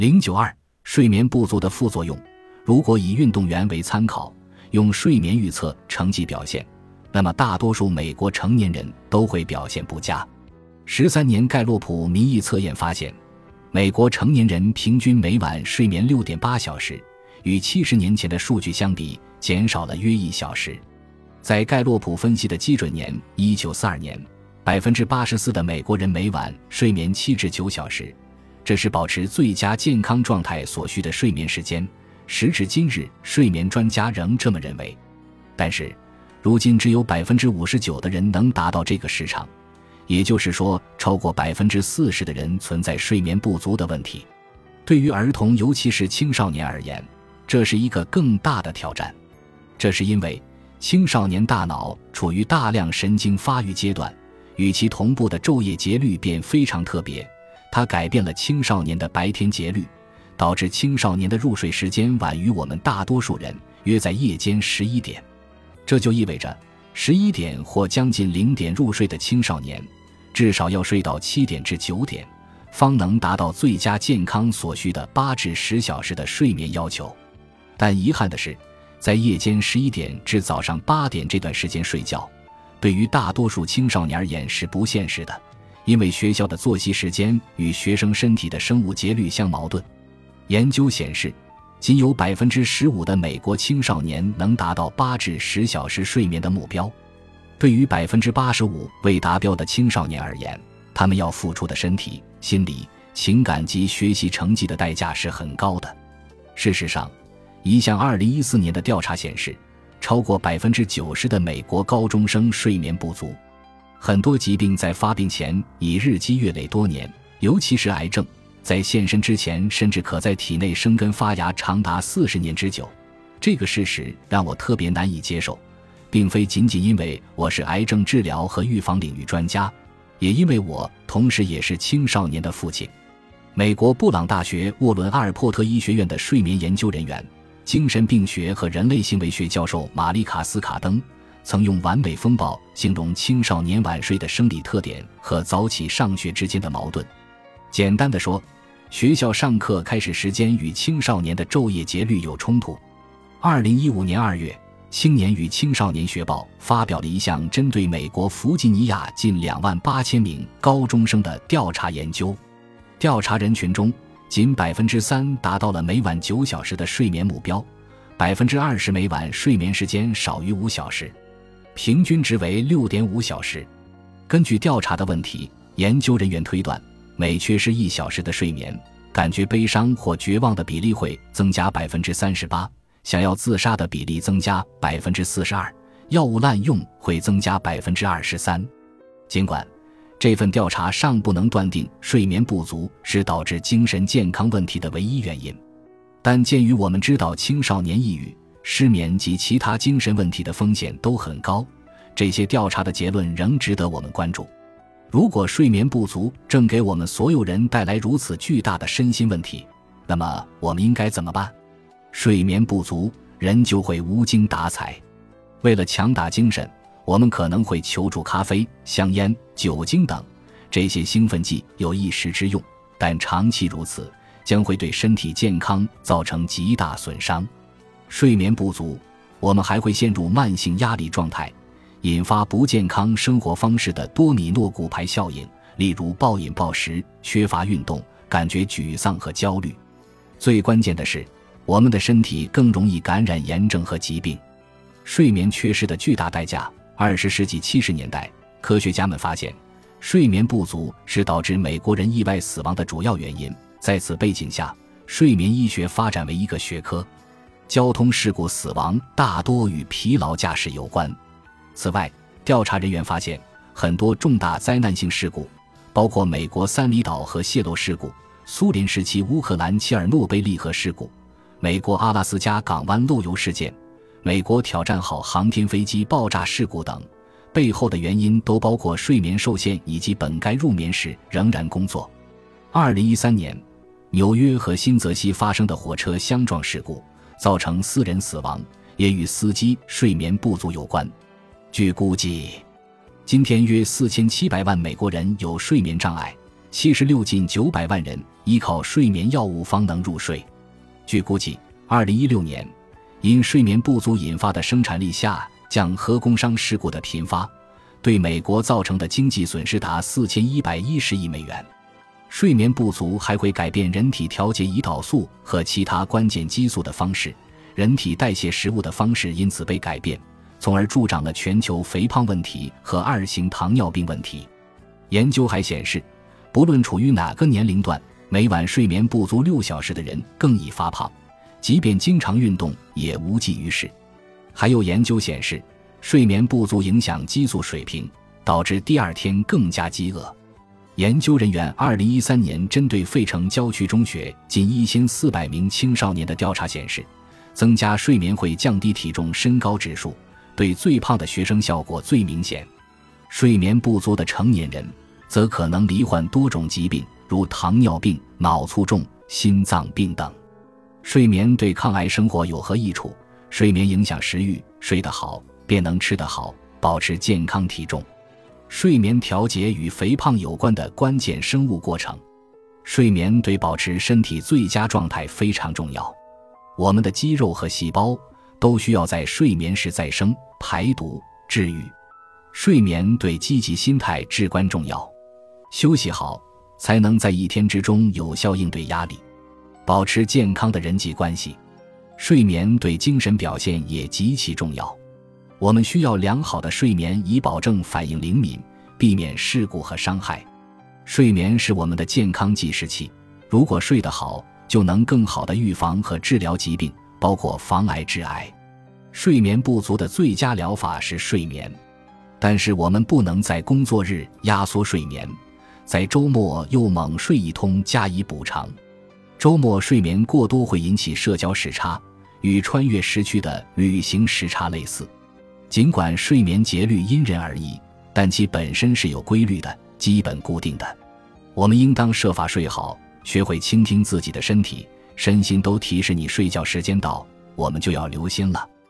092睡眠不足的副作用。如果以运动员为参考，用睡眠预测成绩表现，那么大多数美国成年人都会表现不佳。13年盖洛普民意测验发现，美国成年人平均每晚睡眠 6.8 小时，与70年前的数据相比减少了约1小时。在盖洛普分析的基准年1942年，84%的美国人每晚睡眠7至9小时，这是保持最佳健康状态所需的睡眠时间。时至今日，睡眠专家仍这么认为。但是如今只有 59% 的人能达到这个时长，也就是说超过 40% 的人存在睡眠不足的问题。对于儿童尤其是青少年而言，这是一个更大的挑战。这是因为青少年大脑处于大量神经发育阶段，与其同步的昼夜节律便非常特别，它改变了青少年的白天节律，导致青少年的入睡时间晚于我们大多数人，约在夜间11点。这就意味着11点或将近0点入睡的青少年，至少要睡到7点至9点，方能达到最佳健康所需的8至10小时的睡眠要求。但遗憾的是，在夜间11点至早上8点这段时间睡觉，对于大多数青少年而言是不现实的，因为学校的作息时间与学生身体的生物节律相矛盾。研究显示，仅有 15% 的美国青少年能达到8至10小时睡眠的目标。对于 85% 未达标的青少年而言，他们要付出的身体、心理、情感及学习成绩的代价是很高的。事实上，一项2014年的调查显示，超过 90% 的美国高中生睡眠不足。很多疾病在发病前已日积月累多年，尤其是癌症，在现身之前甚至可在体内生根发芽长达40年之久。这个事实让我特别难以接受，并非仅仅因为我是癌症治疗和预防领域专家，也因为我同时也是青少年的父亲。美国布朗大学沃伦阿尔珀特医学院的睡眠研究人员、精神病学和人类行为学教授玛丽卡斯卡登曾用完美风暴形容青少年晚睡的生理特点和早起上学之间的矛盾。简单的说，学校上课开始时间与青少年的昼夜节律有冲突。2015年2月，青年与青少年学报发表了一项针对美国弗吉尼亚近28000名高中生的调查研究。调查人群中，仅 3% 达到了每晚9小时的睡眠目标， 20% 每晚睡眠时间少于5小时，平均值为 6.5 小时。根据调查的问题，研究人员推断，每缺失1小时的睡眠，感觉悲伤或绝望的比例会增加 38%， 想要自杀的比例增加 42%， 药物滥用会增加 23%。 尽管这份调查尚不能断定睡眠不足是导致精神健康问题的唯一原因，但鉴于我们知道青少年抑郁、失眠及其他精神问题的风险都很高，这些调查的结论仍值得我们关注。如果睡眠不足正给我们所有人带来如此巨大的身心问题，那么我们应该怎么办？睡眠不足，人就会无精打采。为了强打精神，我们可能会求助咖啡、香烟、酒精等，这些兴奋剂有一时之用，但长期如此将会对身体健康造成极大损伤。睡眠不足，我们还会陷入慢性压力状态，引发不健康生活方式的多米诺骨牌效应，例如暴饮暴食、缺乏运动、感觉沮丧和焦虑。最关键的是，我们的身体更容易感染炎症和疾病。睡眠缺失的巨大代价。20世纪70年代，科学家们发现，睡眠不足是导致美国人意外死亡的主要原因。在此背景下，睡眠医学发展为一个学科。交通事故死亡大多与疲劳驾驶有关。此外，调查人员发现，很多重大灾难性事故，包括美国三里岛核泄漏事故、苏联时期乌克兰切尔诺贝利核事故、美国阿拉斯加港湾漏油事件、美国挑战号航天飞机爆炸事故等，背后的原因都包括睡眠受限以及本该入眠时仍然工作。2013年，纽约和新泽西发生的火车相撞事故造成4人死亡，也与司机睡眠不足有关。据估计，今天约4700万美国人有睡眠障碍， 76近900万人依靠睡眠药物方能入睡。据估计，2016年因睡眠不足引发的生产力下降和工伤事故的频发，对美国造成的经济损失达4110亿美元。睡眠不足还会改变人体调节胰岛素和其他关键激素的方式，人体代谢食物的方式因此被改变，从而助长了全球肥胖问题和2型糖尿病问题。研究还显示，不论处于哪个年龄段，每晚睡眠不足6小时的人更易发胖，即便经常运动也无济于事。还有研究显示，睡眠不足影响激素水平，导致第二天更加饥饿。研究人员2013年针对费城郊区中学近1400名青少年的调查显示，增加睡眠会降低体重身高指数，对最胖的学生效果最明显。睡眠不足的成年人则可能罹患多种疾病，如糖尿病、脑卒中、心脏病等。睡眠对抗癌生活有何益处？睡眠影响食欲，睡得好便能吃得好，保持健康体重。睡眠调节与肥胖有关的关键生物过程。睡眠对保持身体最佳状态非常重要。我们的肌肉和细胞都需要在睡眠时再生、排毒、治愈。睡眠对积极心态至关重要。休息好，才能在一天之中有效应对压力，保持健康的人际关系。睡眠对精神表现也极其重要。我们需要良好的睡眠以保证反应灵敏，避免事故和伤害。睡眠是我们的健康计时器，如果睡得好，就能更好地预防和治疗疾病，包括防癌致癌。睡眠不足的最佳疗法是睡眠，但是我们不能在工作日压缩睡眠，在周末又猛睡一通加以补偿。周末睡眠过多会引起社交时差，与穿越时区的旅行时差类似。尽管睡眠节律因人而异，但其本身是有规律的，基本固定的。我们应当设法睡好，学会倾听自己的身体，身心都提示你睡觉时间到，我们就要留心了。